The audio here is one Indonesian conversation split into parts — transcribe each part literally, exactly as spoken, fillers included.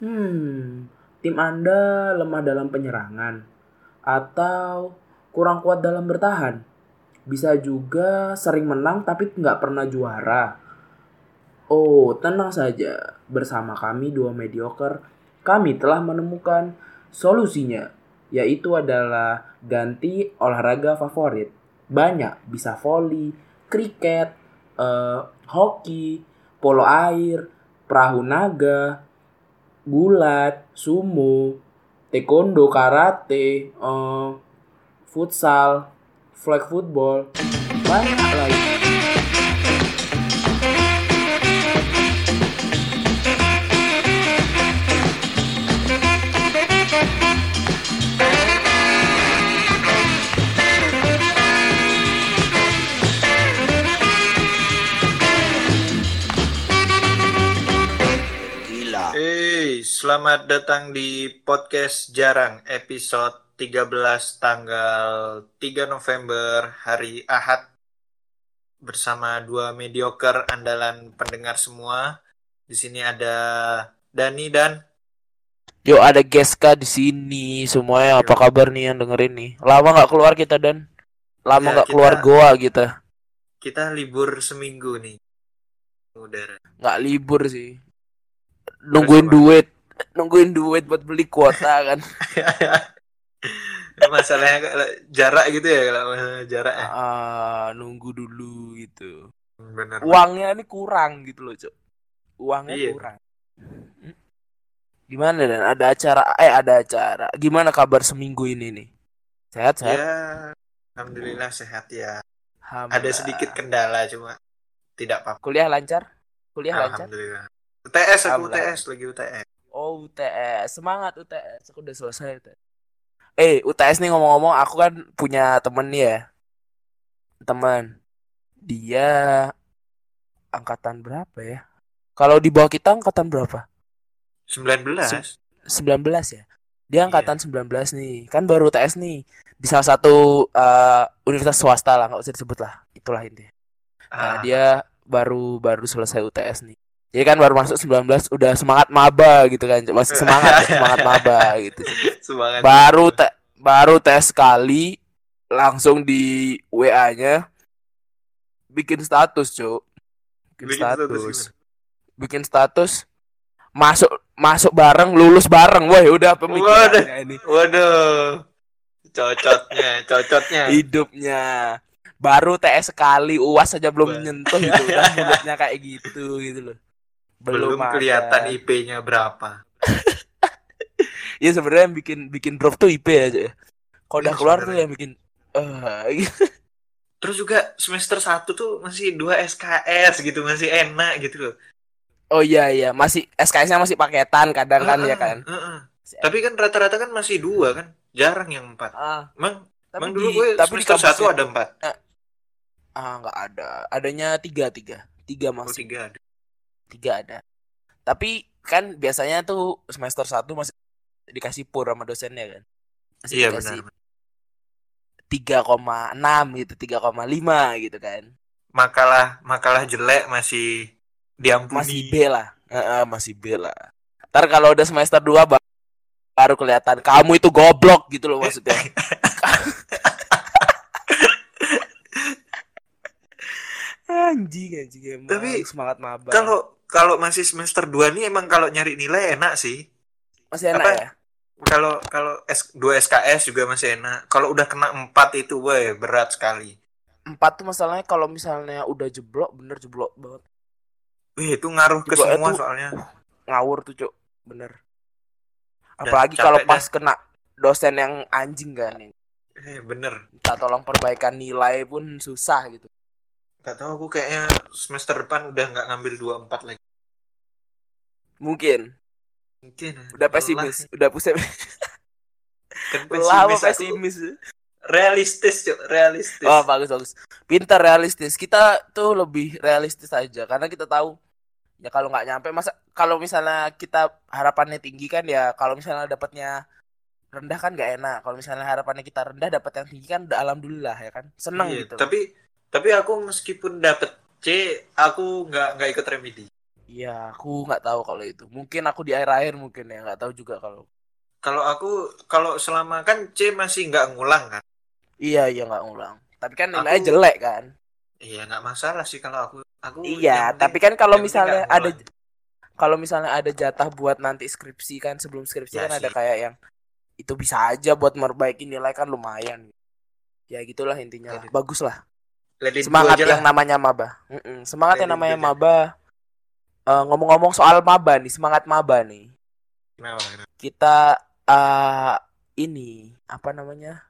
Hmm, tim Anda lemah dalam penyerangan atau kurang kuat dalam bertahan. Bisa juga sering menang tapi nggak pernah juara. Oh, tenang saja. Bersama kami dua mediocre, kami telah menemukan solusinya, yaitu adalah ganti olahraga favorit. Banyak, bisa volley, kriket, eh, hoki, polo air, perahu naga, gulat, sumo, taekwondo, karate, eh, futsal, flag football, banyak lagi. Hey, selamat datang di podcast Jarang episode tiga belas tanggal tiga November hari Ahad bersama dua mediocre andalan pendengar semua. Di sini ada Dani dan Yo, ada Geska di sini semuanya. Apa Yo. kabar nih yang dengerin nih? Lama nggak keluar kita dan lama Ya, nggak kita keluar goa kita. kita libur seminggu nih. Udara. Nggak libur sih. Terus Nungguin apa? duit, nungguin duit buat beli kuota kan. Masalahnya kalau jarak gitu ya, kalau masalah jarak ya. Ah, nunggu dulu gitu. Bener. Uangnya ini kurang gitu loh, Cok. Uangnya Iya. kurang. Gimana dan ada acara eh ada acara. Gimana kabar seminggu ini nih? Sehat sehat? Ya, alhamdulillah sehat ya. Ada Alhamdulillah. sedikit kendala cuma tidak apa-apa. Kuliah lancar? Kuliah lancar? Alhamdulillah. U T S aku U T Alhamdulillah. S lagi U T S. Oh, U T S. Semangat U T S. Aku udah selesai U T S. Eh, U T S nih ngomong-ngomong, aku kan punya temen nih ya. Teman. Dia angkatan berapa ya? Kalau di bawah kita angkatan berapa? sembilan belas. sembilan belas ya. Dia angkatan Iya. sembilan belas nih. Kan baru U T S nih. Di salah satu uh, universitas swasta lah, enggak usah disebut lah. Itulah intinya. Nah, Ah, dia baru baru selesai U T S nih. Jadi kan baru masuk sembilan belas udah semangat maba gitu kan. Masih semangat ya, semangat maba gitu. semangat. Baru te, baru tes sekali langsung di W A-nya bikin status, Cuk. Bikin, Bikin status. status bikin status masuk masuk bareng, lulus bareng. Woi, udah pemikirannya ini. Waduh. Cocotnya, cocotnya. Hidupnya. Baru T S sekali, U A S saja belum menyentuh itu udah mulutnya kayak gitu gitu loh. Belum, belum kelihatan I P-nya berapa. Ya sebenarnya yang bikin bikin drop tuh I P aja. Kalau udah keluar tuh yang bikin uh, Terus juga semester satu tuh masih dua S K S gitu, masih enak gitu loh. Oh iya iya, masih S K S-nya masih paketan kadang kan uh, ya kan. Uh, uh. Tapi kan rata-rata kan masih dua kan, jarang yang empat. Uh, emang tapi emang di, dulu gue tapi semester satu ada empat. Ah nggak ada, adanya tiga tiga tiga masih. Oh, tiga ada. Tiga ada. Tapi kan biasanya tuh semester satu masih dikasih pur sama dosennya kan. Masih iya dikasih benar. tiga koma enam gitu, tiga koma lima gitu kan. Makalah makalah jelek masih diampuni. Masih B lah. Uh, uh, masih B lah. Ntar kalau udah semester dua baru kelihatan kamu itu goblok gitu loh maksudnya. Anjing anjing emang. Tapi semangat maba. Kalau kalau masih semester dua nih emang kalau nyari nilai enak sih. Masih enak apa? Ya? Kalau kalau S, dua S K S juga masih enak. Kalau udah kena empat itu weh berat sekali. empat tuh masalahnya kalau misalnya udah jeblok, bener jeblok banget. Wih, itu ngaruh ke semua soalnya. Ngawur tuh, Cuk. Bener. Apalagi kalau pas dah. Kena dosen yang anjing kan. Eh, bener. Minta tolong perbaikan nilai pun susah gitu. Gak tau, aku kayaknya semester depan udah gak ngambil dua puluh empat lagi. Mungkin. Mungkin. Udah pesimis. Udah pusing. Kan pesimis pesimis. Realistis, Cuk. Realistis. Oh, bagus, bagus. Pintar realistis. Kita tuh lebih realistis aja. Karena kita tahu. Ya kalau gak nyampe. Masa kalau misalnya kita harapannya tinggi kan ya. Kalau misalnya dapatnya rendah kan gak enak. Kalau misalnya harapannya kita rendah dapat yang tinggi kan udah alhamdulillah ya kan. Seneng iya, gitu. Tapi tapi aku meskipun dapet C, aku nggak nggak ikut remedi. Iya, aku nggak tahu kalau itu. Mungkin aku di akhir-akhir mungkin ya, nggak tahu juga kalau. Kalau aku kalau selama kan C masih nggak ngulang kan. Iya, iya nggak ngulang. Tapi kan nilainya Aku jelek kan. iya nggak masalah sih kalau aku. Aku Iya, yang penting tapi kan kalau yang penting nggak misalnya ada ngulang. kalau misalnya ada jatah buat nanti skripsi kan, sebelum skripsi Ya kan ada sih. kayak yang itu bisa aja buat memperbaiki nilai kan lumayan. Ya gitulah intinya lah. Let it, Bagus lah. let it go Semangat aja lah. yang namanya maba. Mm-mm. Semangat Let yang it go namanya aja. maba. Eh, ngomong-ngomong soal maba nih, semangat maba nih. Kenapa, kenapa? Kita eh ini apa namanya?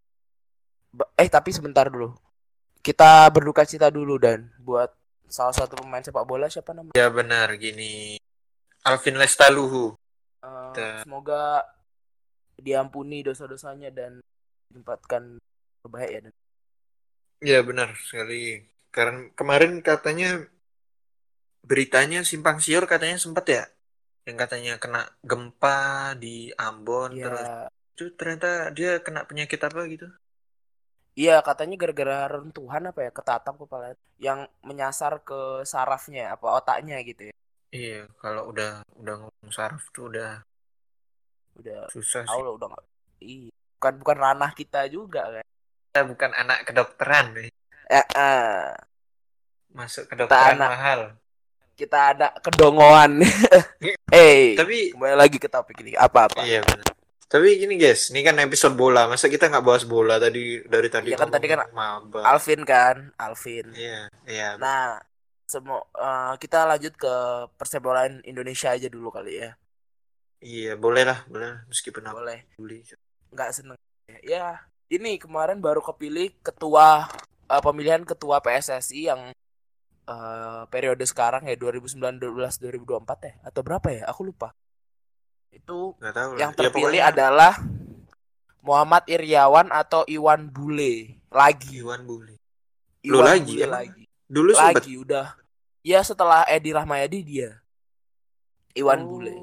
Ba- Eh tapi sebentar dulu. Kita berduka cita dulu dan buat salah satu pemain sepak bola siapa namanya? Ya benar gini. Alvin Lestaluhu. Eh, Kita- semoga diampuni dosa-dosanya dan ditempatkan terbaik ya. Dan Ya benar sekali. Karena kemarin katanya beritanya simpang siur katanya sempat ya. Yang katanya kena gempa di Ambon terus ya, itu ternyata dia kena penyakit apa gitu. iya katanya gara-gara runtuhan apa ya ketatap kepala yang menyasar ke sarafnya apa otaknya gitu ya. Iya, kalau udah udah ngomong saraf tuh udah Udah susah tahu sih. lah udah nggak. Iya, bukan bukan ranah kita juga kan. Kita bukan anak kedokteran nih. Ya, eh, Masuk kita kedokteran anak mahal. kita ada kedongoan. Eh, Tapi kembali lagi ke topik ini. Apa-apa? iya benar. Tapi gini guys, ini kan episode bola. Masa kita nggak bahas bola tadi dari tadi Iya kan tadi kan ngomongin maba. Alvin kan, Alvin. Iya, iya. Nah, semua eh, kita lanjut ke persepak Indonesia aja dulu kali ya. Iya, boleh lah, boleh lah. Meskipun aku Boleh. bully. Nggak seneng. Ya, ini kemarin baru kepilih ketua eh, pemilihan ketua P S S I yang eh, periode sekarang ya dua ribu sembilan belas dua ribu dua puluh empat ya atau berapa ya? Aku lupa. Itu Nggak tahu lah. yang Ya terpilih pokoknya adalah Muhammad Iriawan atau Iwan Bule lagi. Iwan bully. Lu Iwan lagi Bule emang lagi. dulu sempet. Lagi udah. Ya setelah Edi Rahmayadi dia Iwan Oh, Bule.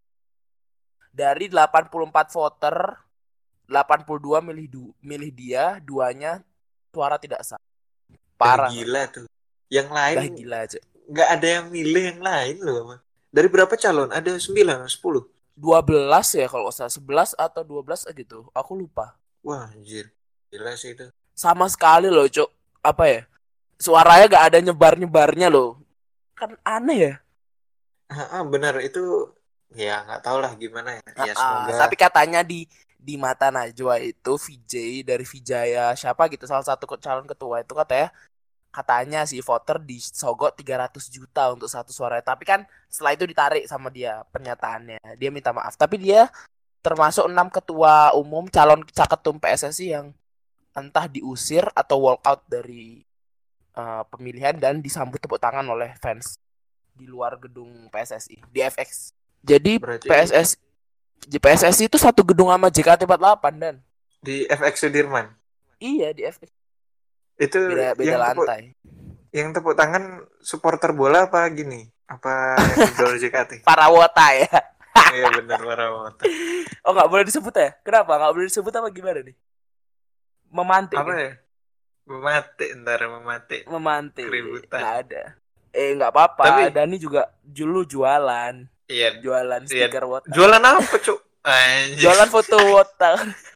Dari delapan puluh empat voter, delapan puluh dua milih du- milih dia, duanya suara tidak sah. dah Parah. gila tuh. Yang lain Dah gila aja. nggak ada yang milih yang lain loh. Emang. Dari berapa calon? Ada sembilan, sepuluh. dua belas ya kalau nggak salah, sebelas atau dua belas gitu. Aku lupa. Wah, anjir. Gila sih itu. Sama sekali loh, Cuk. Apa ya? Suaranya gak ada nyebar-nyebarnya loh. Kan aneh ya. Ah, ah, benar itu ya nggak tahu lah gimana ya. Ah, Ya ah, semoga tapi katanya di di mata Najwa itu V J dari Vijaya siapa gitu salah satu ke- calon ketua itu katanya katanya si voter disogok tiga ratus juta untuk satu suara. Tapi kan setelah itu ditarik sama dia pernyataannya. Dia minta maaf. Tapi dia termasuk enam ketua umum calon caketum P S S I yang entah diusir atau walk out dari uh, pemilihan dan disambut tepuk tangan oleh fans di luar gedung P S S I di F X. Jadi berarti PSS di P S S I itu satu gedung sama J K T empat puluh delapan dan di F X Sudirman iya di F X itu beda beda yang tepuk lantai. yang tepuk tangan supporter bola apa gini? Apa idol J K T? Parawota ya. Iya benar Warawota. Oh nggak boleh disebut ya? Kenapa nggak boleh disebut apa gimana nih? Memantik Apa ya? ya? Memati ntar memati. Memantik. Keributan. Nggak ada. Eh nggak apa-apa. Tapi Dani juga dulu jualan. iya Jualan iya. stiker wota. Jualan apa, Cuk? Anjir. Jualan foto wota.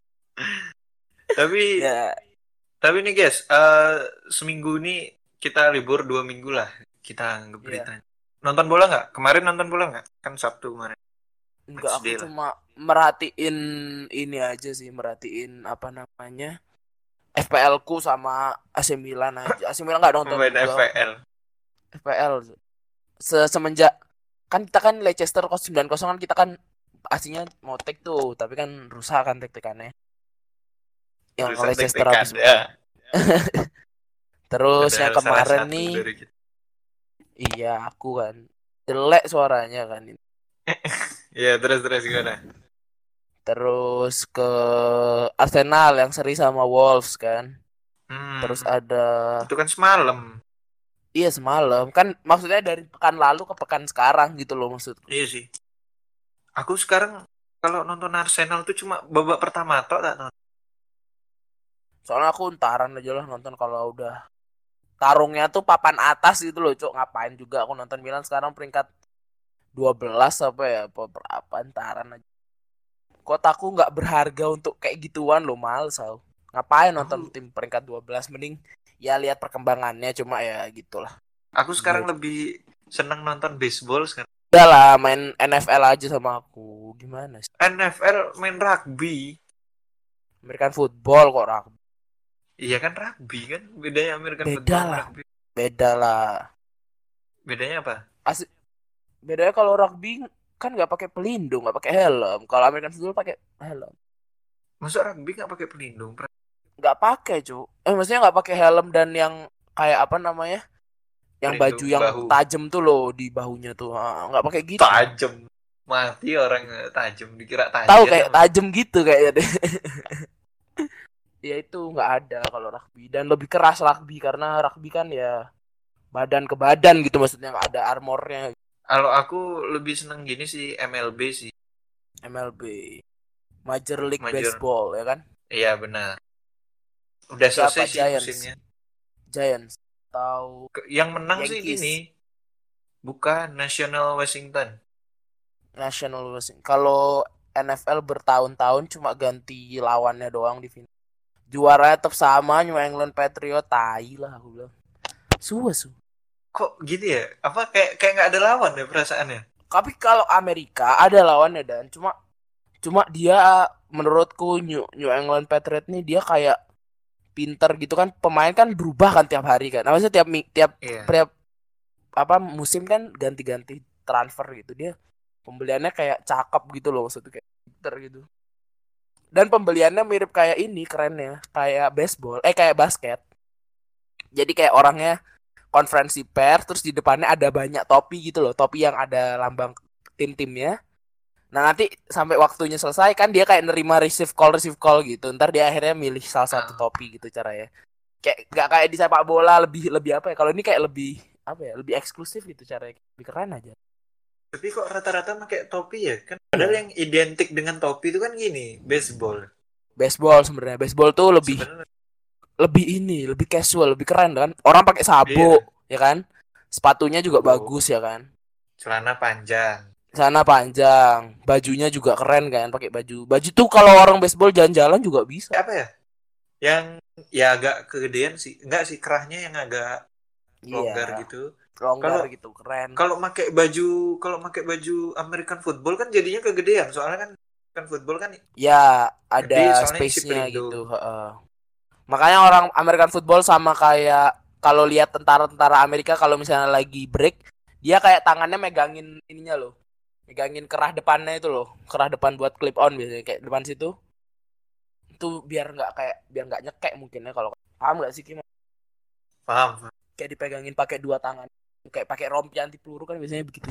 Tapi Ya, tapi nih guys, eh, seminggu ini kita libur dua minggu lah. Kita anggap Iya. beritanya. Nonton bola nggak? Kemarin nonton bola nggak? Kan Sabtu kemarin. enggak aku Matchday lah. cuma merhatiin ini aja sih, merhatiin apa namanya? F P L ku sama A C Milan aja. A C Milan enggak nonton Pemain juga. F P L. F P L Se- semenjak kan kita kan Leicester sembilan kosong kan kita kan aslinya mau take tuh, tapi kan rusak kan tek-tekannya. Yang Rusak Leicester tek-tekan, habis ya. menang. Terus yang Padahal salah kemarin satu nih, dari kita. iya aku kan jelek suaranya kan. Iya, terus terus gimana? Terus ke Arsenal yang seri sama Wolves kan. Hmm, Terus ada itu kan semalam. iya semalam kan maksudnya dari pekan lalu ke pekan sekarang gitu loh maksudku. Iya sih. Aku sekarang kalau nonton Arsenal tuh cuma babak pertama tok tak nonton. Soalnya aku entaran aja lah nonton kalau udah tarungnya tuh papan atas gitu loh, Cok. Ngapain juga aku nonton Milan sekarang peringkat dua belas apa ya, apa berapa antaran aja. Kotaku nggak berharga untuk kayak gituan loh, males aku. Ngapain nonton Aku tim peringkat dua belas, mending ya lihat perkembangannya, cuma ya gitulah. aku sekarang Iya. lebih seneng nonton baseball sekarang. Udah lah, main N F L aja sama aku. Gimana sih? N F L main rugby. American football kok rugby. Iya kan rugby kan bedanya American Beda football sama lah. rugby. Beda lah. Bedanya apa? Asli, bedanya kalau rugby kan nggak pakai pelindung, nggak pakai helm. Kalau American football pakai helm. Masuk rugby nggak pakai pelindung? Nggak pakai, cu. Eh, maksudnya nggak pakai helm dan yang kayak apa namanya? Yang baju Pelindung yang bahu. tajam tuh loh di bahunya tuh. Ah, nggak pakai gitu. Tajam. Mati orang tajam dikira tajam. Tahu kayak tajam gitu kayaknya deh. Ya itu nggak ada kalau rugby, dan lebih keras rugby karena rugby kan ya badan ke badan gitu, maksudnya nggak ada armornya. Kalau aku lebih seneng gini sih M L B sih. M L B, Major League Major. Baseball ya kan? Iya benar. Udah Siapa? selesai sih Giants. musimnya. Giants. Tahu Ke- Yang menang sih Yankees. gini. Bukan National Washington. National Washington. Kalau N F L bertahun-tahun cuma ganti lawannya doang di final. Juaranya tetap sama, New England Patriot, tai lah aku bilang. Suwe su. Kok gitu ya? Apa kayak kayak nggak ada lawan ya perasaannya? Tapi kalau Amerika ada lawannya, dan cuma cuma dia menurutku New, New England Patriot nih dia kayak pinter gitu kan, pemain kan berubah kan tiap hari kan. Nah, maksudnya tiap tiap Iya. tiap apa musim kan ganti-ganti transfer gitu, dia pembeliannya kayak cakep gitu loh, maksudnya kayak pinter gitu. Dan pembeliannya mirip kayak ini, kerennya kayak baseball, eh kayak basket. Jadi kayak orangnya konferensi pers, terus di depannya ada banyak topi gitu loh, topi yang ada lambang tim-timnya. Nah nanti sampai waktunya selesai kan dia kayak nerima receive call receive call gitu. Ntar dia akhirnya milih salah satu Ah. topi gitu caranya. Kayak nggak kayak di sepak bola lebih lebih apa ya? Kalau ini kayak lebih apa ya? Lebih eksklusif gitu caranya. Lebih keren aja. Tapi kok rata-rata pakai topi ya? Kan padahal Iya. yang identik dengan topi itu kan gini, baseball. Baseball sebenarnya. Baseball tuh lebih Sebenarnya lebih ini, lebih casual, lebih keren kan. Orang pakai sabuk, iya. ya kan? Sepatunya juga Sabuk. bagus ya kan. Celana panjang. Sana panjang, bajunya juga keren kan, pakai baju. Baju tuh kalau orang baseball jalan-jalan juga bisa. Apa ya? Yang ya agak kegedean sih. Enggak sih, kerahnya yang agak longgar Iya, gitu. longgar Kalau gitu, keren. kalau pakai baju kalau pakai baju American football kan jadinya kegedean. Soalnya kan kan football kan Ya, ada gede, soalnya isi space-nya pelindung. gitu. heeh. Makanya orang American football sama kayak kalau lihat tentara-tentara Amerika kalau misalnya lagi break, dia kayak tangannya megangin ininya loh. Megangin kerah depannya itu loh, kerah depan buat clip on biasanya kayak depan situ. Itu biar nggak kayak biar nggak nyekek mungkin ya, kalau paham nggak sih Kim? Paham. Kayak dipegangin pakai dua tangan. Kayak pakai rompi anti peluru kan biasanya begitu.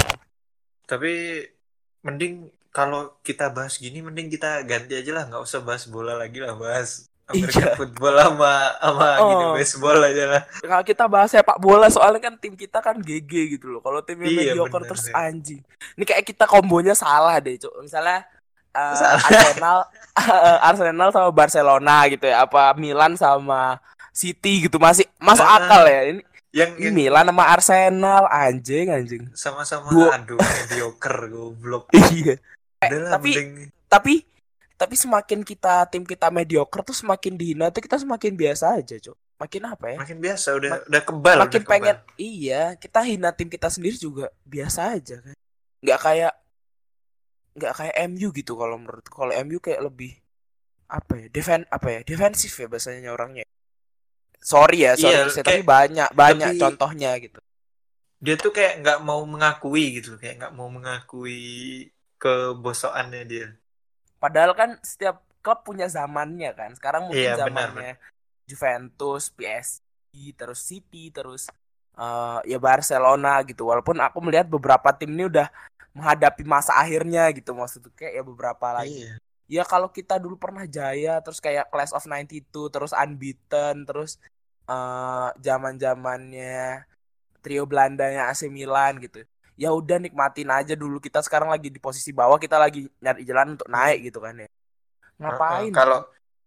Tapi mending kalau kita bahas gini mending kita ganti aja lah, nggak usah bahas bola lagi lah, bahas American Iya. football sama sama Oh. gini baseball aja lah. Kalau kita bahas sepak bola soalnya kan tim kita kan G G gitu loh. Kalau timnya Iya, mediocre bener, terus ya. anjing. Ini kayak kita kombonya salah deh, Cuk. Misalnya uh, Salah. Arsenal Arsenal sama Barcelona gitu ya, apa Milan sama City gitu, masih masuk Ah, akal ya. Ini Yang ini yang Milan sama Arsenal, anjing anjing. sama-sama Duo. aduh mediocre goblok. Iya. Udah lah, tapi mending tapi tapi semakin kita tim kita mediocre tuh semakin dihina tuh kita semakin biasa aja, Cuk. Makin apa ya? makin biasa, udah Ma- udah kebal, makin udah pengen kebal. iya, kita hina tim kita sendiri juga biasa aja kan. Nggak kayak nggak kayak M U gitu kalau menurut. Kalau M U kayak lebih apa ya? Defen apa ya? Defensif ya bahasanya orangnya. Sorry ya, sorry Iya, to say, kayak tapi banyak banyak lebih- contohnya gitu. dia tuh kayak nggak mau mengakui gitu, kayak nggak mau mengakui kebosokannya dia. Padahal kan setiap klub punya zamannya kan. Sekarang mungkin Iya, benar, zamannya Juventus, P S G, terus City, terus uh, ya Barcelona gitu. Walaupun aku melihat beberapa tim ini udah menghadapi masa akhirnya gitu, maksudnya kayak ya beberapa lagi. Iya. Ya kalau kita dulu pernah jaya, terus kayak Class of sembilan puluh dua, terus unbeaten, terus uh, zaman-zamannya trio Belandanya A C Milan gitu. Ya udah nikmatin aja dulu, kita sekarang lagi di posisi bawah, kita lagi nyari jalan untuk naik gitu kan ya. Ngapain? Uh-uh. Kalau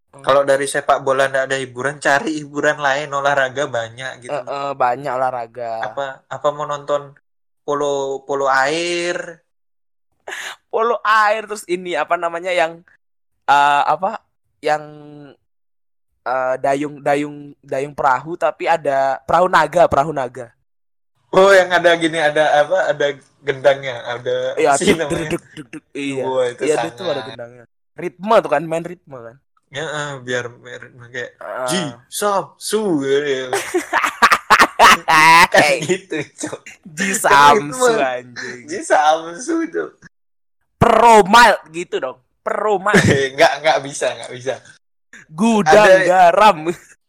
Kalau dari sepak bola nggak ada hiburan, cari hiburan lain, olahraga banyak gitu. Eh, eh, banyak olahraga. Apa apa mau nonton polo polo air? Polo air terus ini apa namanya yang eh, apa yang eh, dayung dayung dayung perahu tapi ada perahu naga, perahu naga. Oh, yang ada gini, ada apa? Ada gendangnya, ada Iya, apa sih duk duk namanya? duk duk duk. Iya. Wah, itu Iya, itu tuh ada sangat. gendangnya. Ritme tuh kan, main ritme kan. Ya, eh, biar biar kayak Ji Ah. Sam Su gitu. Kan gitu, Cok. Ji Kan ritme. Samsu anjing. Ji Sam Su itu. Pro mile gitu dong. Pro mile. Nggak nggak bisa, nggak bisa. Gudang Ada garam.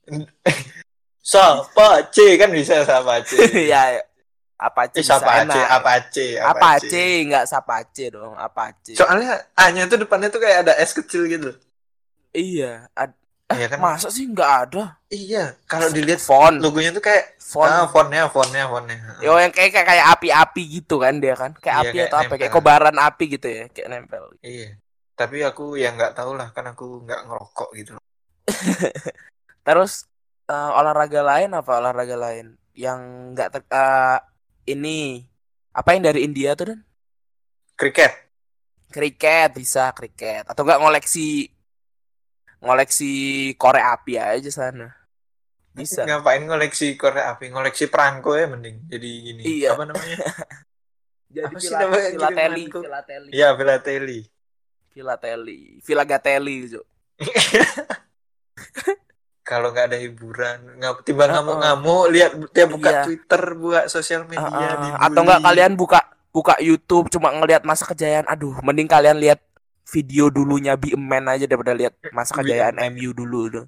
Sapace kan bisa Sapace. Ya, Apache Eh, bisa Sapace, enak. Apace, Apache nggak Sapace dong, Apache. Soalnya A-nya tuh depannya tuh kayak ada S kecil gitu. Iya, ad- eh, Iya kan? masa sih nggak ada? Iya, kalau dilihat Font. logonya tuh kayak Font. ah, fontnya, fontnya, fontnya. Yo yang kayak kayak, kayak api-api gitu kan dia kan, kayak Iya, api kayak atau apa, nempel. kayak kobaran api gitu ya, kayak nempel. Iya. Tapi aku ya nggak tahu lah, kan aku nggak ngerokok gitu. Terus eh, olahraga lain apa olahraga lain yang nggak ter- eh, ini apa yang dari India tuh dan Kriket. kriket bisa kriket atau enggak ngoleksi ngoleksi korek api aja sana bisa. Ngapain ngoleksi korek api? Ngoleksi perangko ya mending. Jadi gini. Iya. Apa namanya? Jadi Apa sih fila, namanya? filateli, Kirimanku? filateli, Iya, filateli. filateli, filagatelli Jo. Kalau nggak ada hiburan, nggak tiba Uh-uh. ngamuk-ngamuk, lihat dia buka Iya. Twitter, buka sosial media, Uh-uh. dibully. Atau enggak kalian buka buka YouTube cuma ngelihat masa kejayaan. Aduh, mending kalian lihat video dulunya Be a Man aja daripada lihat masa Be a kejayaan Man. M U dulu tuh.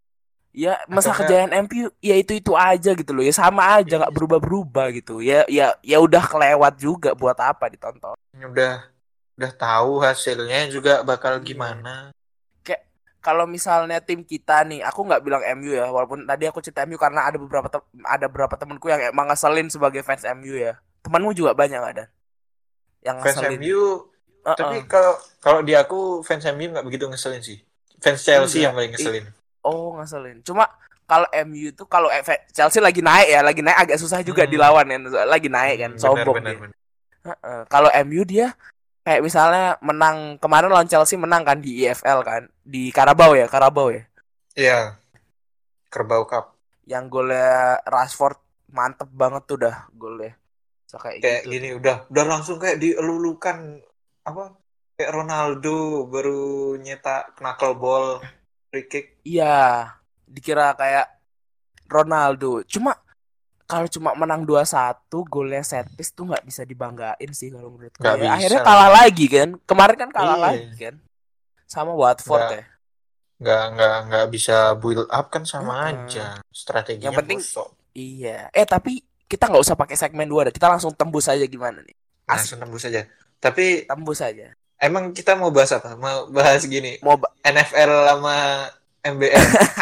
Ya masa Atau kejayaan M U ya itu itu aja gitu loh, ya sama aja nggak berubah-berubah gitu. Ya ya ya udah kelewat juga, buat apa ditonton. udah udah tahu hasilnya juga bakal Iya. gimana. Kayak kalau misalnya tim kita nih, aku nggak bilang M U ya, walaupun tadi aku cerita M U karena ada beberapa te- ada beberapa temanku yang emang ngeselin sebagai fans M U ya. Temanmu juga banyak nggak dan yang Fans ngeselin? M U, Uh-uh. tapi kalau kalau di aku fans M U nggak begitu ngeselin sih. Fans Chelsea Enggak. yang paling ngeselin. I- oh ngeselin. Cuma kalau M U itu kalau F- Chelsea lagi naik ya, lagi naik agak susah juga Hmm. dilawan kan, lagi naik kan, Hmm, sombong benar, dia. benar. Uh-uh. Kalau M U dia kayak misalnya menang kemarin lawan Chelsea, menang kan di I F L kan, di Carabao ya, Carabao ya. Iya. Carabao Cup. Yang golnya Rashford mantep banget tuh dah golnya. So, kayak, Kayak gitu gini tuh. udah udah langsung kayak dielulukan apa? Kayak Ronaldo baru nyetak knuckle ball free kick. Iya, dikira kayak Ronaldo. Cuma kalau cuma menang dua satu, golnya set piece tuh nggak bisa dibanggain sih kalau menurutku. Nggak Ya, bisa akhirnya lah. kalah lagi kan. Kemarin kan kalah Iya. lagi kan. Sama Watford Nggak. ya. nggak nggak nggak bisa build up kan sama Uh-uh. aja strateginya. Yang penting busuk. iya. Eh tapi kita nggak usah pakai segmen dua dah. Kita langsung tembus aja gimana nih. Asik, langsung tembus aja. Tapi tembus aja. emang kita mau bahas apa? Mau bahas gini, Mau ba- N F L sama M B L.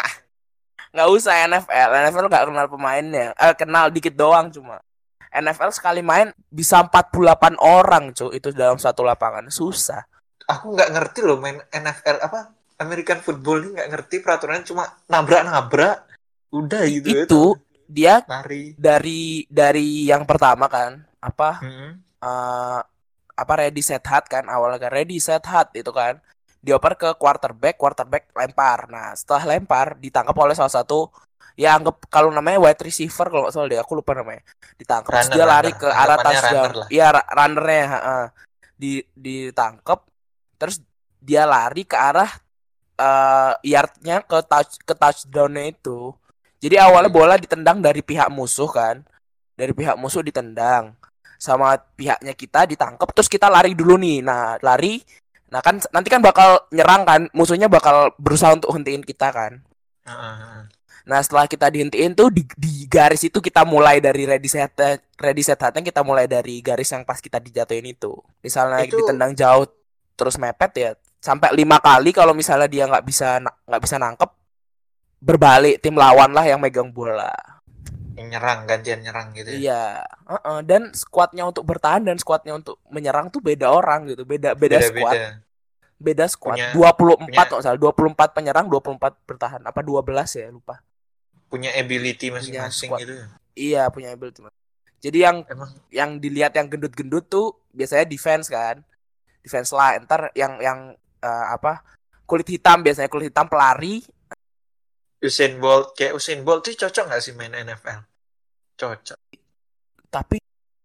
nggak usah N F L. N F L nggak kenal pemainnya. Eh, kenal dikit doang cuma. N F L sekali main bisa empat puluh delapan orang, cuy. Itu dalam satu lapangan. Susah. Aku nggak ngerti loh main N F L apa American football ini, nggak ngerti peraturannya, cuma nabrak-nabrak udah gitu. Itu dia lari dari dari yang pertama kan apa hmm. uh, apa ready set hut kan, awalnya kan ready set hut itu kan dioper ke quarterback, quarterback lempar. Nah setelah lempar ditangkap oleh salah satu ya anggap kalau namanya wide receiver kalau nggak salah deh, aku lupa namanya. Ditangkap terus Runner, dia lari runner. ke arah Anggapannya runner touchdown. lah. Iya ra- runnernya heeh. di ditangkap terus dia lari ke arah uh, yardnya ke touch ke touchdownnya itu. Jadi awalnya Hmm. bola ditendang dari pihak musuh kan, dari pihak musuh ditendang sama pihaknya kita, ditangkap terus kita lari dulu nih. Nah lari, nah kan nanti kan bakal nyerang kan, musuhnya bakal berusaha untuk hentiin kita kan. Uh-huh. Nah setelah kita dihentiin tuh di, di garis itu kita mulai dari ready set ready set hutnya, kita mulai dari garis yang pas kita dijatuhin itu. Misalnya Itu- ditendang jauh terus mepet ya sampai lima kali, kalau misalnya dia nggak bisa nggak bisa nangkep, berbalik tim lawan lah yang megang bola. Yang nyerang, gantian nyerang gitu ya. Iya, uh-uh. Dan skuadnya untuk bertahan dan skuadnya untuk menyerang tuh beda orang gitu, beda beda, squad. Beda-beda. beda squad. Punya dua puluh empat punya kok salah, dua puluh empat penyerang, dua puluh empat bertahan. Apa dua belas ya, lupa. punya ability Punya masing-masing squad. gitu ya. Iya, punya ability. Jadi yang Emang yang dilihat yang gendut-gendut tuh biasanya defense kan. Defense lah. Ntar yang yang uh, apa? Kulit hitam biasanya kulit hitam pelari. Usain Bolt, kayak Usain Bolt tuh cocok nggak sih main N F L? Cocok. Tapi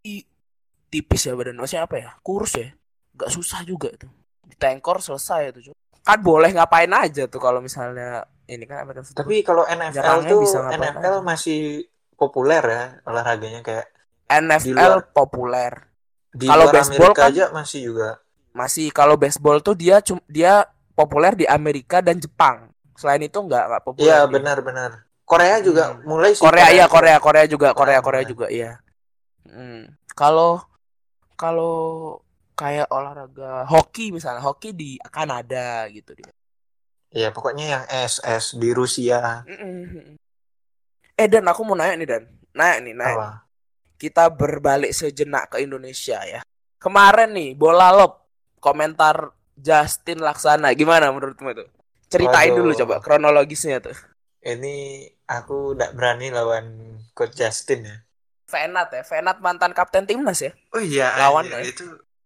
tipis ya badan. Maksudnya apa ya? Kurus ya. Gak susah juga itu. Ditengkor selesai itu. Kan boleh ngapain aja tuh kalau misalnya ini kan apa kan. Tapi kalau N F L tuh N F L aja. Masih populer ya olahraganya kayak N F L luar, populer. Kalau baseball Amerika kan aja masih juga. Masih kalau baseball tuh dia dia populer di Amerika dan Jepang. Selain itu enggak enggak populer. Iya, benar-benar. Korea juga hmm. mulai sih. Korea iya, Korea, Korea juga, Korea, Korea juga iya. Hmm. Kalau kalau kayak olahraga hoki misalnya, hoki di Kanada gitu dia. Iya, pokoknya yang S S di Rusia. Eh Dan, aku mau nanya nih Dan. Nanya nih, nanya. Nih. Kita berbalik sejenak ke Indonesia ya. Kemarin nih bola lob, komentar Justin Laksana, gimana menurutmu itu? Ceritain Waduh. dulu coba kronologisnya tuh. Ini aku gak berani lawan Coach Justin ya. Venat ya, Venat mantan kapten timnas ya. Oh iya, lawan ya. Itu.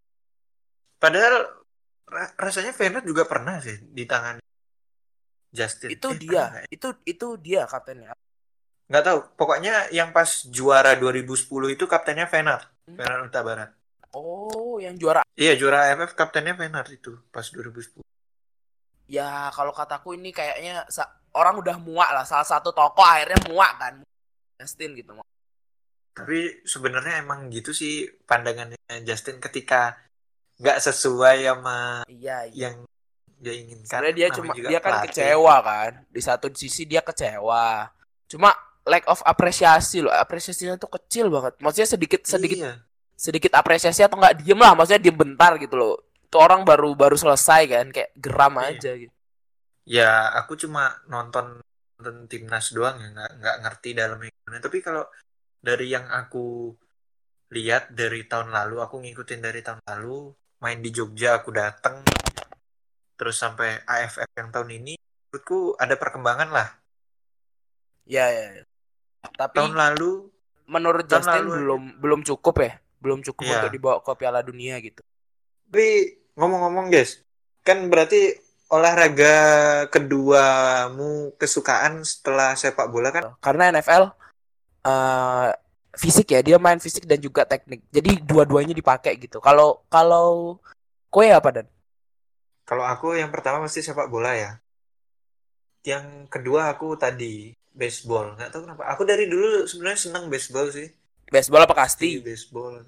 Padahal rasanya Venat juga pernah sih di tangan Justin. Itu eh, dia, itu itu dia kaptennya. Nggak tahu, pokoknya yang pas juara dua ribu sepuluh itu kaptennya Venat, hmm? Venat Huta Barat. Oh, yang juara. Iya, juara A F F kaptennya Venat itu pas dua ribu sepuluh. Ya, kalau kataku ini kayaknya orang udah muak lah, salah satu tokoh akhirnya muak kan. Justin gitu. Tapi sebenarnya emang gitu sih pandangannya Justin ketika nggak sesuai sama iya, iya. yang dia inginkan. Sebenarnya dia cuma dia kan pelatih. Kecewa kan. Di satu sisi dia kecewa. Cuma lack of apresiasi loh, apresiasinya tuh kecil banget. Maksudnya sedikit sedikit iya. sedikit apresiasi atau nggak diem lah, maksudnya diem bentar gitu loh. Itu orang baru baru selesai kan, kayak geram iya. aja gitu. Ya aku cuma nonton nonton timnas doang ya, nggak nggak ngerti dalamnya gimana. Tapi kalau dari yang aku lihat dari tahun lalu, aku ngikutin dari tahun lalu, main di Jogja aku dateng, terus sampai A F F yang tahun ini, menurutku ada perkembangan lah. Ya ya. Tapi tahun lalu menurut tahun Justin lalu belum aja. belum cukup ya, belum cukup ya. untuk dibawa ke Piala Dunia gitu. Tapi ngomong-ngomong guys, kan berarti olahraga keduamu kesukaan setelah sepak bola kan? Karena N F L uh, fisik ya, dia main fisik dan juga teknik. Jadi dua-duanya dipakai gitu. Kalau kalau kowe apa Dan? Kalau aku yang pertama pasti sepak bola ya. Yang kedua aku tadi baseball, nggak tahu kenapa. Aku dari dulu sebenarnya senang baseball sih. Baseball apa kasti? Baseball.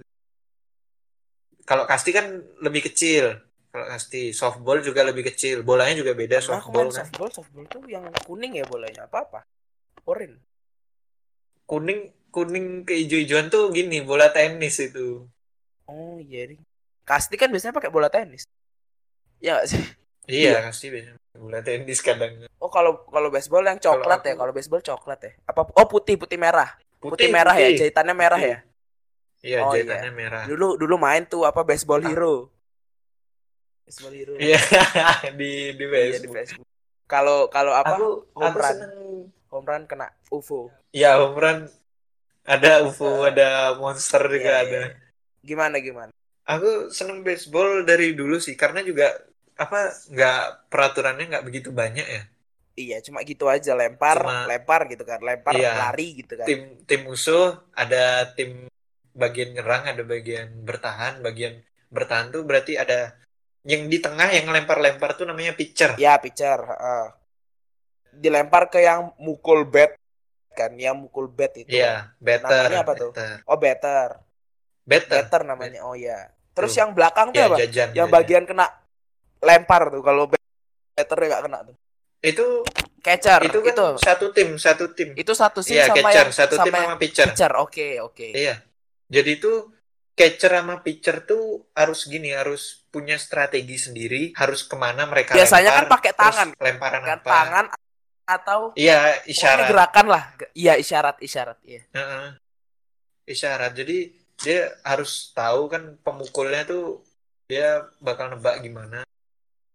Kalau kasti kan lebih kecil. Kalau kasti softball juga lebih kecil. Bolanya juga beda. Karena softball kan. Softball, softball tuh yang kuning ya bolanya. Apa-apa? Orange. Kuning, kuning keijo-ijoan tuh gini, bola tenis itu. Oh iya. Kasti kan biasanya pakai bola tenis. Ya nggak sih? Iya, kasti biasanya bola tenis kadang. Oh kalau kalau baseball yang coklat aku, ya, kalau baseball coklat ya. Apa oh putih putih merah. Putih, putih merah putih. ya, jahitannya merah putih. ya. Iya, oh, jahitannya iya. merah. Dulu dulu main tuh apa baseball hero. Baseball hero. Iya, di di Facebook. Iya, di Facebook. Kalau kalau apa? Aku home aku run. seneng Home run kena U F O. Iya, home run ada U F O, uh, ada monster iya, juga iya. ada. Gimana gimana? Aku seneng baseball dari dulu sih karena juga apa nggak peraturannya nggak begitu banyak ya. Iya, cuma gitu aja lempar, cuma, lempar gitu kan, lempar iya, lari gitu kan. Tim tim musuh ada tim bagian nyerang, ada bagian bertahan, bagian bertahan tuh berarti ada yang di tengah yang lempar-lempar tuh namanya pitcher. Ya, pitcher, uh. dilempar ke yang mukul bat kan, yang mukul bat itu. Iya, batter. Namanya apa tuh? Batter. Oh, batter. Batter. Batter namanya. Oh ya. Terus tuh. Yang belakang tuh ya, apa? Jajan, yang jajan. bagian kena lempar tuh kalau batter enggak kena tuh. Itu catcher itu kan itu satu tim satu tim itu satu tim ya, sama catcher, yang satu sama tim sama pitcher. Pitcher, oke okay, oke. Okay. Iya. Jadi itu catcher sama pitcher tuh harus gini, harus punya strategi sendiri, harus kemana mereka biasanya lempar. kan pakai tangan, lemparan kan apa? Tangan atau iya isyarat. Gerakan lah, iya isyarat isyarat iya. Uh-uh. Isyarat. Jadi dia harus tahu kan pemukulnya tuh dia bakal nebak gimana.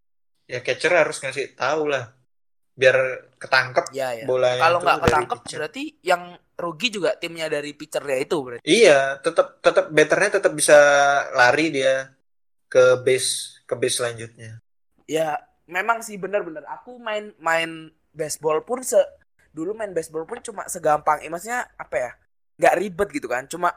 ya catcher harus ngasih tahu lah biar ketangkep Ya ya. bolanya Kalau tuh nggak dari ketangkep pitcher. berarti yang rugi juga timnya dari pitchernya itu berarti. Iya, tetap tetap betternya tetap bisa lari dia ke base ke base selanjutnya. Ya memang sih benar-benar. Aku main main baseball pun se dulu main baseball pun cuma segampang, eh, maksudnya apa ya? Nggak ribet gitu kan. Cuma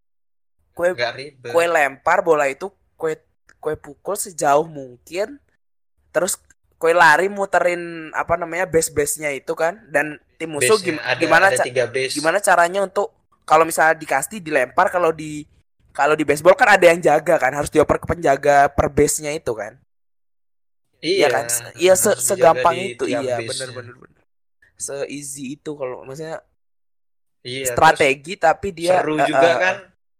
kue Nggak ribet. kue lempar bola itu kue kue pukul sejauh mungkin, terus kue lari muterin apa namanya base-base-nya itu kan, dan tim musuh Base-nya gim- ada gimana ada ca- tiga base. gimana caranya untuk kalau misalnya dikasih dilempar, kalau di kalau di baseball kan ada yang jaga kan, harus dioper ke penjaga per base-nya itu kan. Iya Iya, kan? Iya se- harus dijaga segampang di itu, tiap iya base-nya. bener-bener bener. Se-easy itu kalau maksudnya Iya, terus strategi tapi dia seru eh, juga eh, kan.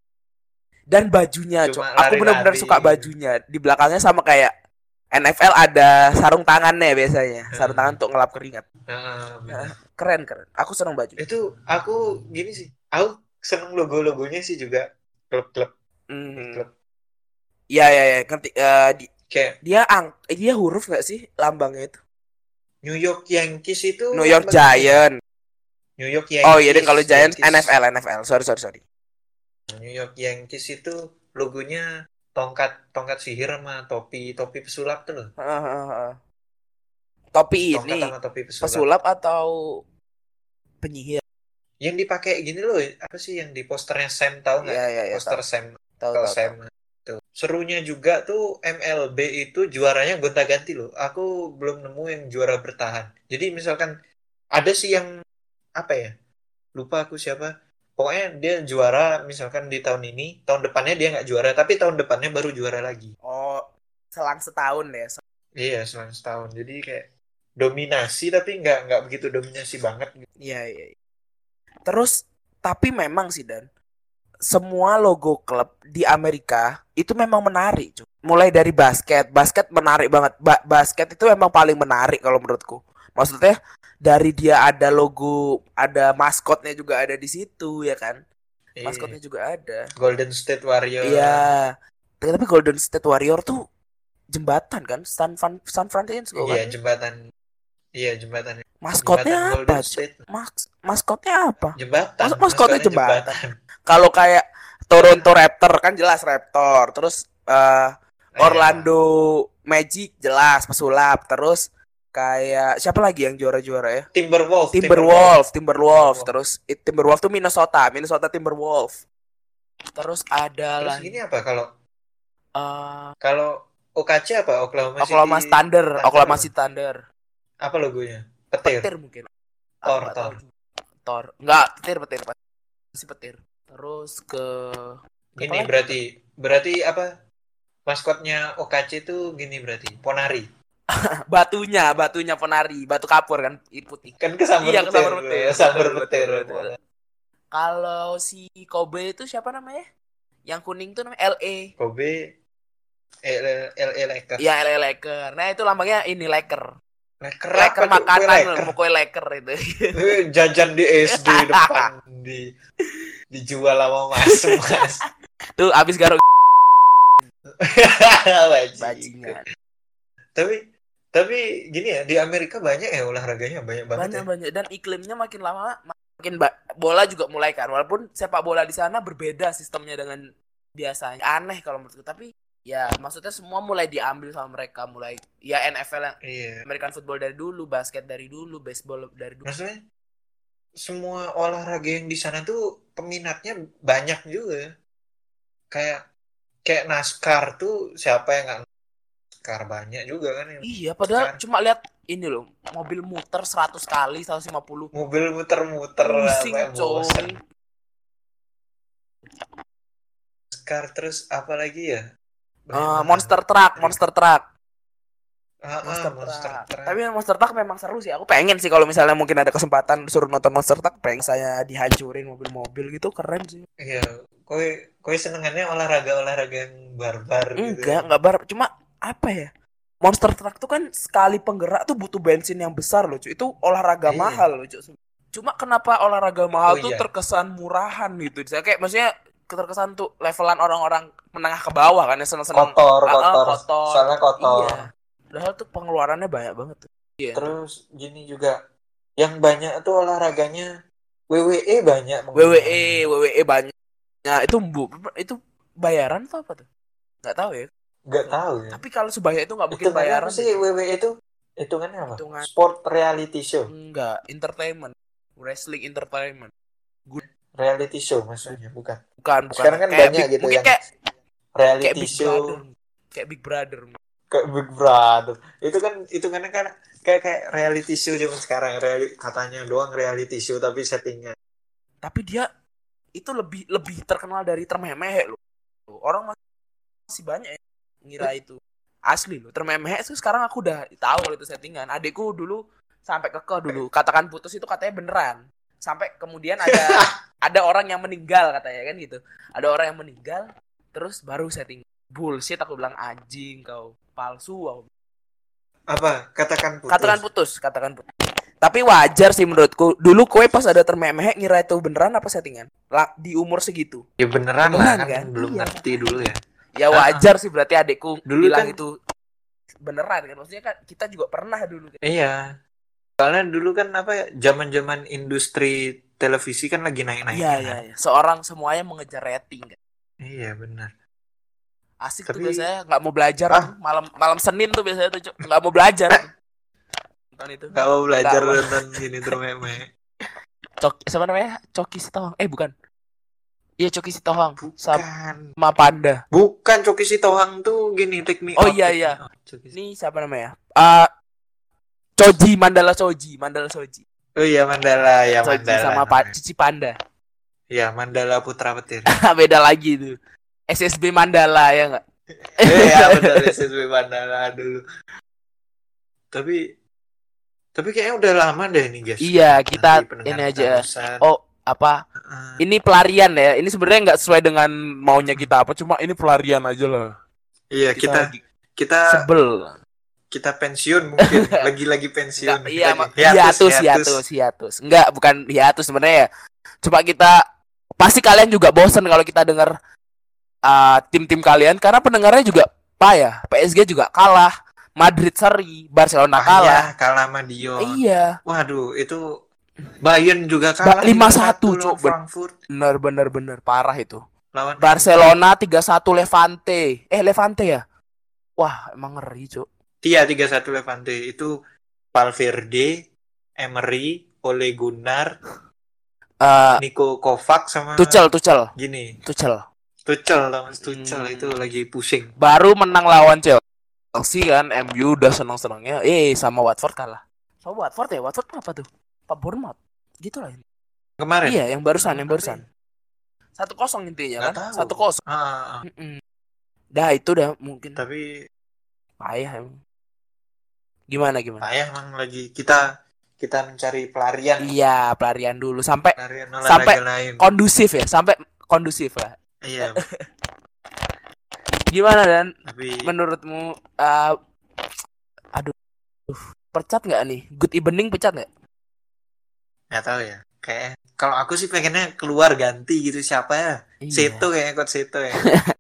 dan bajunya, Cok. Cuma Aku benar-benar lari-lari. suka bajunya. Di belakangnya sama kayak N F L ada sarung tangannya biasanya. Sarung tangan Hmm. untuk ngelap keringat. Nah, bener. Nah, keren keren. Aku senang baju. Itu aku gini sih. Aku seneng logo-logonya sih juga klub-klub. Hmm. Klub. Iya iya iya. Ngerti. Eh, di, Kayak dia ang eh, dia huruf nggak sih lambangnya itu? New York Yankees itu New York lambangnya. Giant. New York Yankees. Oh iya deh, kalau Giants Yankees. N F L N F L. Sorry sorry sorry. New York Yankees itu logonya tongkat tongkat sihir sama topi topi pesulap tuh loh. Heeh. Topi Tongkat ini sama topi pesulap. pesulap atau penyihir? Yang dipakai gini loh, apa sih yang di posternya Sam, tahu nggak? Iya iya iya. Poster Tahu Sam, tahu kalau tahu. Sam tuh. Serunya juga tuh M L B itu juaranya gonta-ganti loh. Aku belum nemu yang juara bertahan. Jadi misalkan ada sih yang apa ya? Lupa aku siapa. Pokoknya dia juara misalkan di tahun ini, tahun depannya dia nggak juara, tapi tahun depannya baru juara lagi. Oh, selang setahun ya. Iya, selang setahun. Jadi kayak dominasi tapi nggak nggak begitu dominasi banget. Iya iya. iya. Terus tapi memang sih Dan, semua logo klub di Amerika itu memang menarik, cuy. Mulai dari basket, basket menarik banget. Ba- basket itu memang paling menarik kalau menurutku. Maksudnya dari dia ada logo, ada maskotnya juga ada di situ ya kan. Iya. Maskotnya juga ada. Golden State Warrior. Iya. Tapi Golden State Warrior tuh jembatan kan, San Fran San Francisco Iya, kan. jembatan. Iya, jembatan. Maskotnya Jembatan apa? Golden cuy? State. Mas- maskotnya apa? Jembatan. Mas- maskotnya Maskotnya jembatan. Kalau kayak Toronto Raptor kan jelas Raptor, terus eh, Orlando Magic jelas pesulap, terus kayak siapa lagi yang juara-juara ya? Timberwolves. Timberwolves, Timberwolves, Timberwolves. terus it, Timberwolves tuh Minnesota, Minnesota Timberwolves. Terus ada Terus lagi gini apa kalau eh, kalau O K C apa? Oklahoma, Oklahoma City Thunder, Oklahoma apa? City Thunder. Apa logonya? Petir. Petir mungkin. Aku Thor, nggak Thor. tahu juga. Thor. Enggak, petir, petir, masih petir. Terus ke Gini apa lagi? berarti berarti apa? Maskotnya O K C itu gini berarti. Ponari. batunya, batunya Ponari, batu kapur kan putih. Kan kesambar Iya, petir. kesambar petir. Kesambar Betul, petir. betul, betul. Kalau si Kobe itu siapa namanya? Yang kuning tuh namanya L A. Kobe L A Lakers. Iya, L A Lakers. Nah, itu lambangnya ini Laker. Laker Laker apa tuh? Kue makanan, Laker. kue Laker itu. Eh, jajan di S D depan di dijual sama Mas Mas. Tuh abis garuk Bajingan. bajingan. Tapi tapi gini ya, di Amerika banyak ya olahraganya, banyak banget Banyak ya. banyak dan iklimnya makin lama makin ba- bola juga mulai kan. Walaupun sepak bola di sana berbeda sistemnya dengan biasanya. Aneh kalau menurutku, tapi ya maksudnya semua mulai diambil sama mereka, mulai ya N F L yang Iya. American football dari dulu, basket dari dulu, baseball dari dulu. Maksudnya semua olahraga yang di sana tuh peminatnya banyak juga. Kayak kayak NASCAR tuh siapa yang nggak NASCAR, banyak juga kan yang Iya, padahal NASCAR. cuma lihat ini loh, mobil muter seratus kali, seratus lima puluh. Mobil muter-muter Pusing, sampai bosan. coy. NASCAR terus apa lagi ya? Banyak Eh, banget. monster truck, monster truck. Ah, ah, Monster, monster truck. truck. Tapi monster truck memang seru sih. Aku pengen sih kalau misalnya mungkin ada kesempatan suruh nonton monster truck, pengen saya dihancurin mobil-mobil gitu, keren sih. Iya, kowe kowe senengannya olahraga-olahraga yang barbar gitu. Enggak, enggak bar, cuma apa ya? Monster truck tuh kan sekali penggerak tuh butuh bensin yang besar loh, cuy. Itu olahraga Iya. mahal loh, cuy. Cuma kenapa olahraga mahal Oh, tuh iya. terkesan murahan gitu. Saya kayak maksudnya terkesan tuh levelan orang-orang menengah ke bawah kan yang seneng-seneng Kotor, Ah, ah, kotor. kotor. Soalnya kotor. Iya. Padahal tuh pengeluarannya banyak banget tuh. Iya. Terus gini juga, yang banyak tuh olahraganya W W E banyak. W W E, W W E banyak. Nah, itu bu, itu bayaran atau apa tuh? Nggak tahu ya. Nggak tahu ya. Tapi kalau sebanyak itu nggak mungkin Hitungannya bayaran. apa sih W W E itu? Hitungannya apa? Hitungan. Sport reality show. Enggak, entertainment. Wrestling entertainment. Good. Reality show maksudnya, bukan. Bukan, bukan. Sekarang kan kayak banyak big, gitu mungkin yang kayak reality kayak Big show. Brother. Kayak Big Brother. Kayak Big Brother. Itu kan hitungannya kan kayak kayak reality show zaman sekarang. Reali- katanya doang reality show tapi settingnya. Tapi dia itu lebih lebih terkenal dari Termehmeh loh. Orang masih banyak yang ngira itu asli loh. Termehmeh itu sekarang aku udah tahu kalau itu settingan. Adikku dulu sampai kekeh dulu katakan putus itu katanya beneran. Sampai kemudian ada ada orang yang meninggal katanya kan gitu. Ada orang yang meninggal terus baru setting. Bullshit, aku bilang anjing kau, palsu aku. Apa? Katakan putus. Katakan putus, katakan putus. Tapi wajar sih menurutku. Dulu kowe pas ada Termehmeh ngira itu beneran apa settingan? Lah, di umur segitu. Ya beneran, Beneran lah kan, kan? belum Iya. ngerti dulu ya. Ya wajar sih berarti adikku Dulu bilang kan- itu beneran kan. Maksudnya kan kita juga pernah dulu kan. Iya. Soalnya dulu kan apa ya, zaman-zaman industri televisi kan lagi naik-naiknya. Iya, kan? iya, iya. Seorang semuanya mengejar rating kan. Iya, benar. Asik Tapi- tuh biasanya nggak mau belajar Ah. tuh. malam malam Senin tuh biasanya tuh Cuk. nggak mau belajar. Nonton itu. Gak mau belajar Nggak mau. nonton gini Termehmeh. Cok, siapa namanya? Coki Sitohang. Eh bukan. Iya Coki Sitohang sama Bukan. Panda. Bukan Coki Sitohang tuh gini Take Me Oh, Out, iya, Take Me iya. Out. Coki- Ini siapa namanya? Ah Choji, Mandala Choji, Mandala Choji. Oh iya, Mandala ya, Choji Mandala. sama pa- namanya. Cici Panda. Iya, Mandala Putra Petir. Beda lagi tuh. S S B Mandala ya enggak? Iya, benar S S B Mandala dulu. Tapi tapi kayaknya udah lama deh nih, guys. Iya, kita Nanti pendengar ini aja. kehabisan. Oh, apa? Heeh. Ini pelarian ya. Ini sebenarnya nggak sesuai dengan maunya kita apa, cuma ini pelarian aja lah. Iya, kita lagi kita sebel. kita pensiun mungkin, lagi-lagi pensiun. Nggak, iya, Lagi- ma- hiatus, hiatus, hiatus. Enggak, bukan hiatus sebenarnya ya. Coba kita pasti kalian juga bosen kalau kita dengar uh, tim-tim kalian karena pendengarnya juga payah. P S G juga kalah, Madrid seri, Barcelona Ah, kalah. ya, kalah sama Dion. Iya, Waduh, itu Bayern juga kalah lima satu, lawan Cuk. Frankfurt bener bener bener parah itu. lawan Barcelona tiga satu Levante. Eh Levante ya? Wah, emang ngeri, Cuk. Iya, tiga satu Levante. Itu Valverde, Emery, Ole Gunnar, Eh Niko Kovac sama Tuchel, Tuchel, gini. Tuchel. Tuchel, Thomas Tuchel Hmm. itu lagi pusing. Baru menang lawan Chelsea kan, M U udah senang-senangnya. Eh sama Watford kalah. Sama Watford ya? Watford apa tuh? Pak Bournemouth. Gitu lah. Kemarin. Iya, yang barusan, yang Apa barusan. Satu kosong intinya Nggak kan? tahu. Satu kosong. Ah, ah, Mm-mm. Dah itu dah mungkin. tapi Payah emang. Gimana gimana? payah emang lagi kita kita mencari pelarian. Iya, pelarian dulu sampai Pelarian Sampai olahraga lain. kondusif ya, sampai kondusif lah. Iya, Gimana Dan? tapi Menurutmu uh, aduh pecat nggak nih? Good evening pecat nggak? nggak tahu ya. Kayak kalau aku sih pengennya keluar ganti gitu, siapa ya? Iya. Seto kayaknya, Coach Seto ya.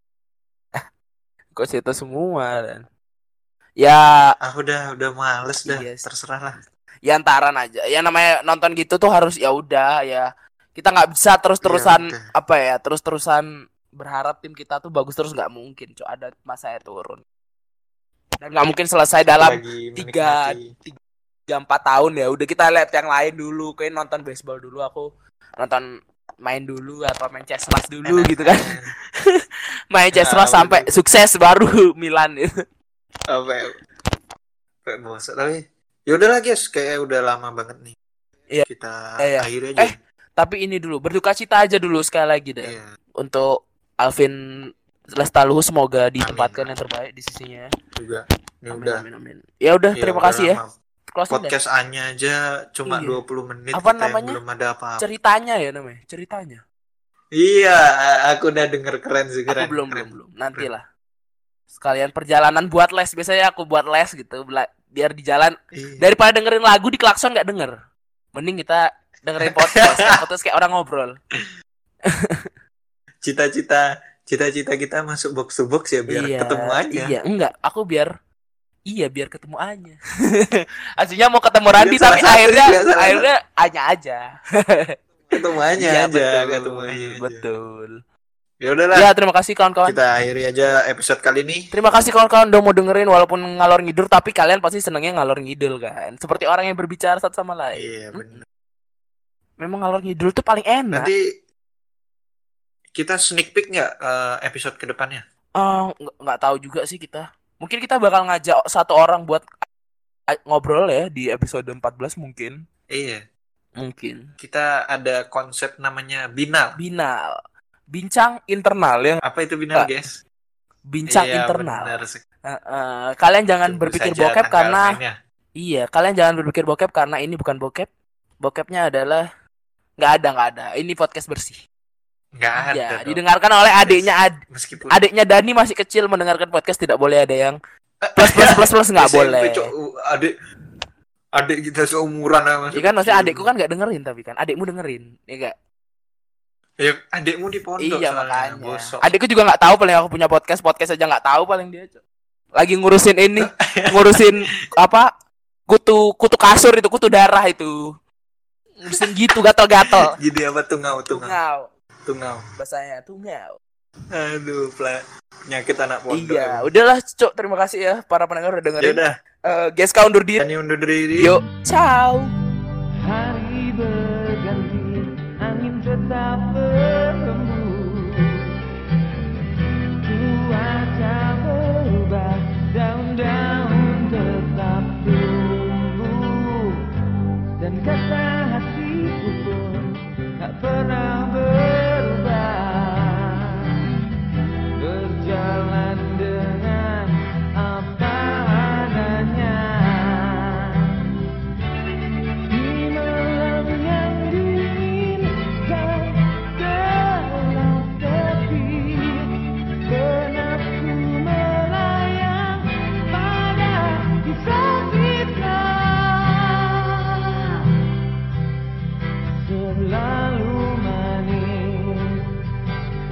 Kok situ semua Dan. Ya, Aku udah udah males dah, Iya sih. terserah lah. ya antaran aja. Ya namanya nonton gitu tuh harus ya udah ya. Kita nggak bisa terus-terusan Iya, udah. apa ya? Terus-terusan berharap tim kita tuh bagus terus, nggak mungkin. Cok, ada masanya turun. Dan nggak mungkin selesai dalam Lagi tiga menikmati. tiga empat tahun ya. Udah kita lihat yang lain dulu. Kayak nonton baseball dulu, aku nonton main dulu atau main chess mas dulu Enak, gitu kan. enak. Main chess Nah, mas sampai bener. sukses baru Milan itu. Apa ya? Kayak bosan tapi ya udahlah guys, kayak udah lama banget nih. Iya. Kita Iya. akhiri aja. Eh, Tapi ini dulu berduka cita aja dulu sekali lagi deh. Iya, Untuk Alvin Lestaluhu semoga ditempatkan yang terbaik di sisinya. juga. Ini Amin, udah. amin, amin. Ya udah, Ya, terima udah kasih ya. lama. Closing dah. Podcast A-nya aja cuma Iya. dua puluh menit, Apa kita yang namanya? belum ada apa-apa. Ceritanya ya namanya, ceritanya. Iya, aku udah denger keren sih, keren. Aku belum keren. belum belum. Nantilah. Sekalian perjalanan buat les, biasanya aku buat les gitu, bela- biar di jalan Iya. daripada dengerin lagu di klakson nggak denger. Mending kita dengerin podcast, kan? Podcast kayak orang ngobrol. Cita-cita cita-cita kita masuk box to box ya biar Iya, ketemu aja. Iya, enggak. Aku biar Iya biar ketemu Anya. Aslinya mau ketemu Randi Salah tapi satu akhirnya juga, salah akhirnya Anya aja. Ketemu Anya Iya aja, betul, ketemu Anya aja. betul. Ya udahlah. Ya terima kasih kawan-kawan. Kita akhiri aja episode kali ini. Terima kasih kawan-kawan udah mau dengerin walaupun ngalor ngidur tapi kalian pasti senengnya ngalor ngidul kan. Seperti orang yang berbicara satu sama lain. Iya benar. Memang ngalor ngidul tuh paling enak. Nanti kita sneak peek nggak uh, episode kedepannya? Oh, nggak tahu juga sih kita. Mungkin kita bakal ngajak satu orang buat ngobrol ya di episode empat belas mungkin. Iya. Mungkin. Kita ada konsep namanya binal. Binal. Bincang internal ya. Apa itu binal, Pak? guys? Bincang iya, internal. Benar. Uh, uh, kalian jangan Tunggu berpikir saja bokep tanggal karena mainnya. Iya, kalian jangan berpikir bokep karena ini bukan bokep. Bokepnya adalah nggak ada nggak ada. Ini podcast bersih. Nggak ada. Ya, dong. didengarkan oleh adiknya ad, Meskipun adiknya Dani masih kecil mendengarkan podcast, tidak boleh ada yang plus plus plus plus nggak S M P, boleh. Cok. Adik adik kita seumuran sama. Iya kan maksudnya adikku kan nggak dengerin tapi kan adikmu dengerin, ya enggak? Ya adikmu di pondok Iya soalnya, makanya. bosok. Adikku juga nggak tahu paling aku punya podcast, podcast aja nggak tahu paling dia. Cok. Lagi ngurusin ini, ngurusin apa? Kutu kutu kasur itu, kutu darah itu. Ngurusin gitu gatal-gatal. Jadi apa tungau tungau. Tungau. Tungau. Bahasanya tungau. Aduh, pla- penyakit anak pondok. Iya, udahlah, Cok. Terima kasih ya para pendengar udah dengerin. Ya udah. Uh, Geska undur diri. Ini undur diri. Yuk, ciao. Hari berganti, angin tetap berhembus, cuaca berubah, daun-daun tetap tumbuh, dan kata hatiku pun tak pernah berubah. Berjalan dengan apa adanya di malam yang dingin dan gelap sepi, benakku melayang pada kisah kita. Selalu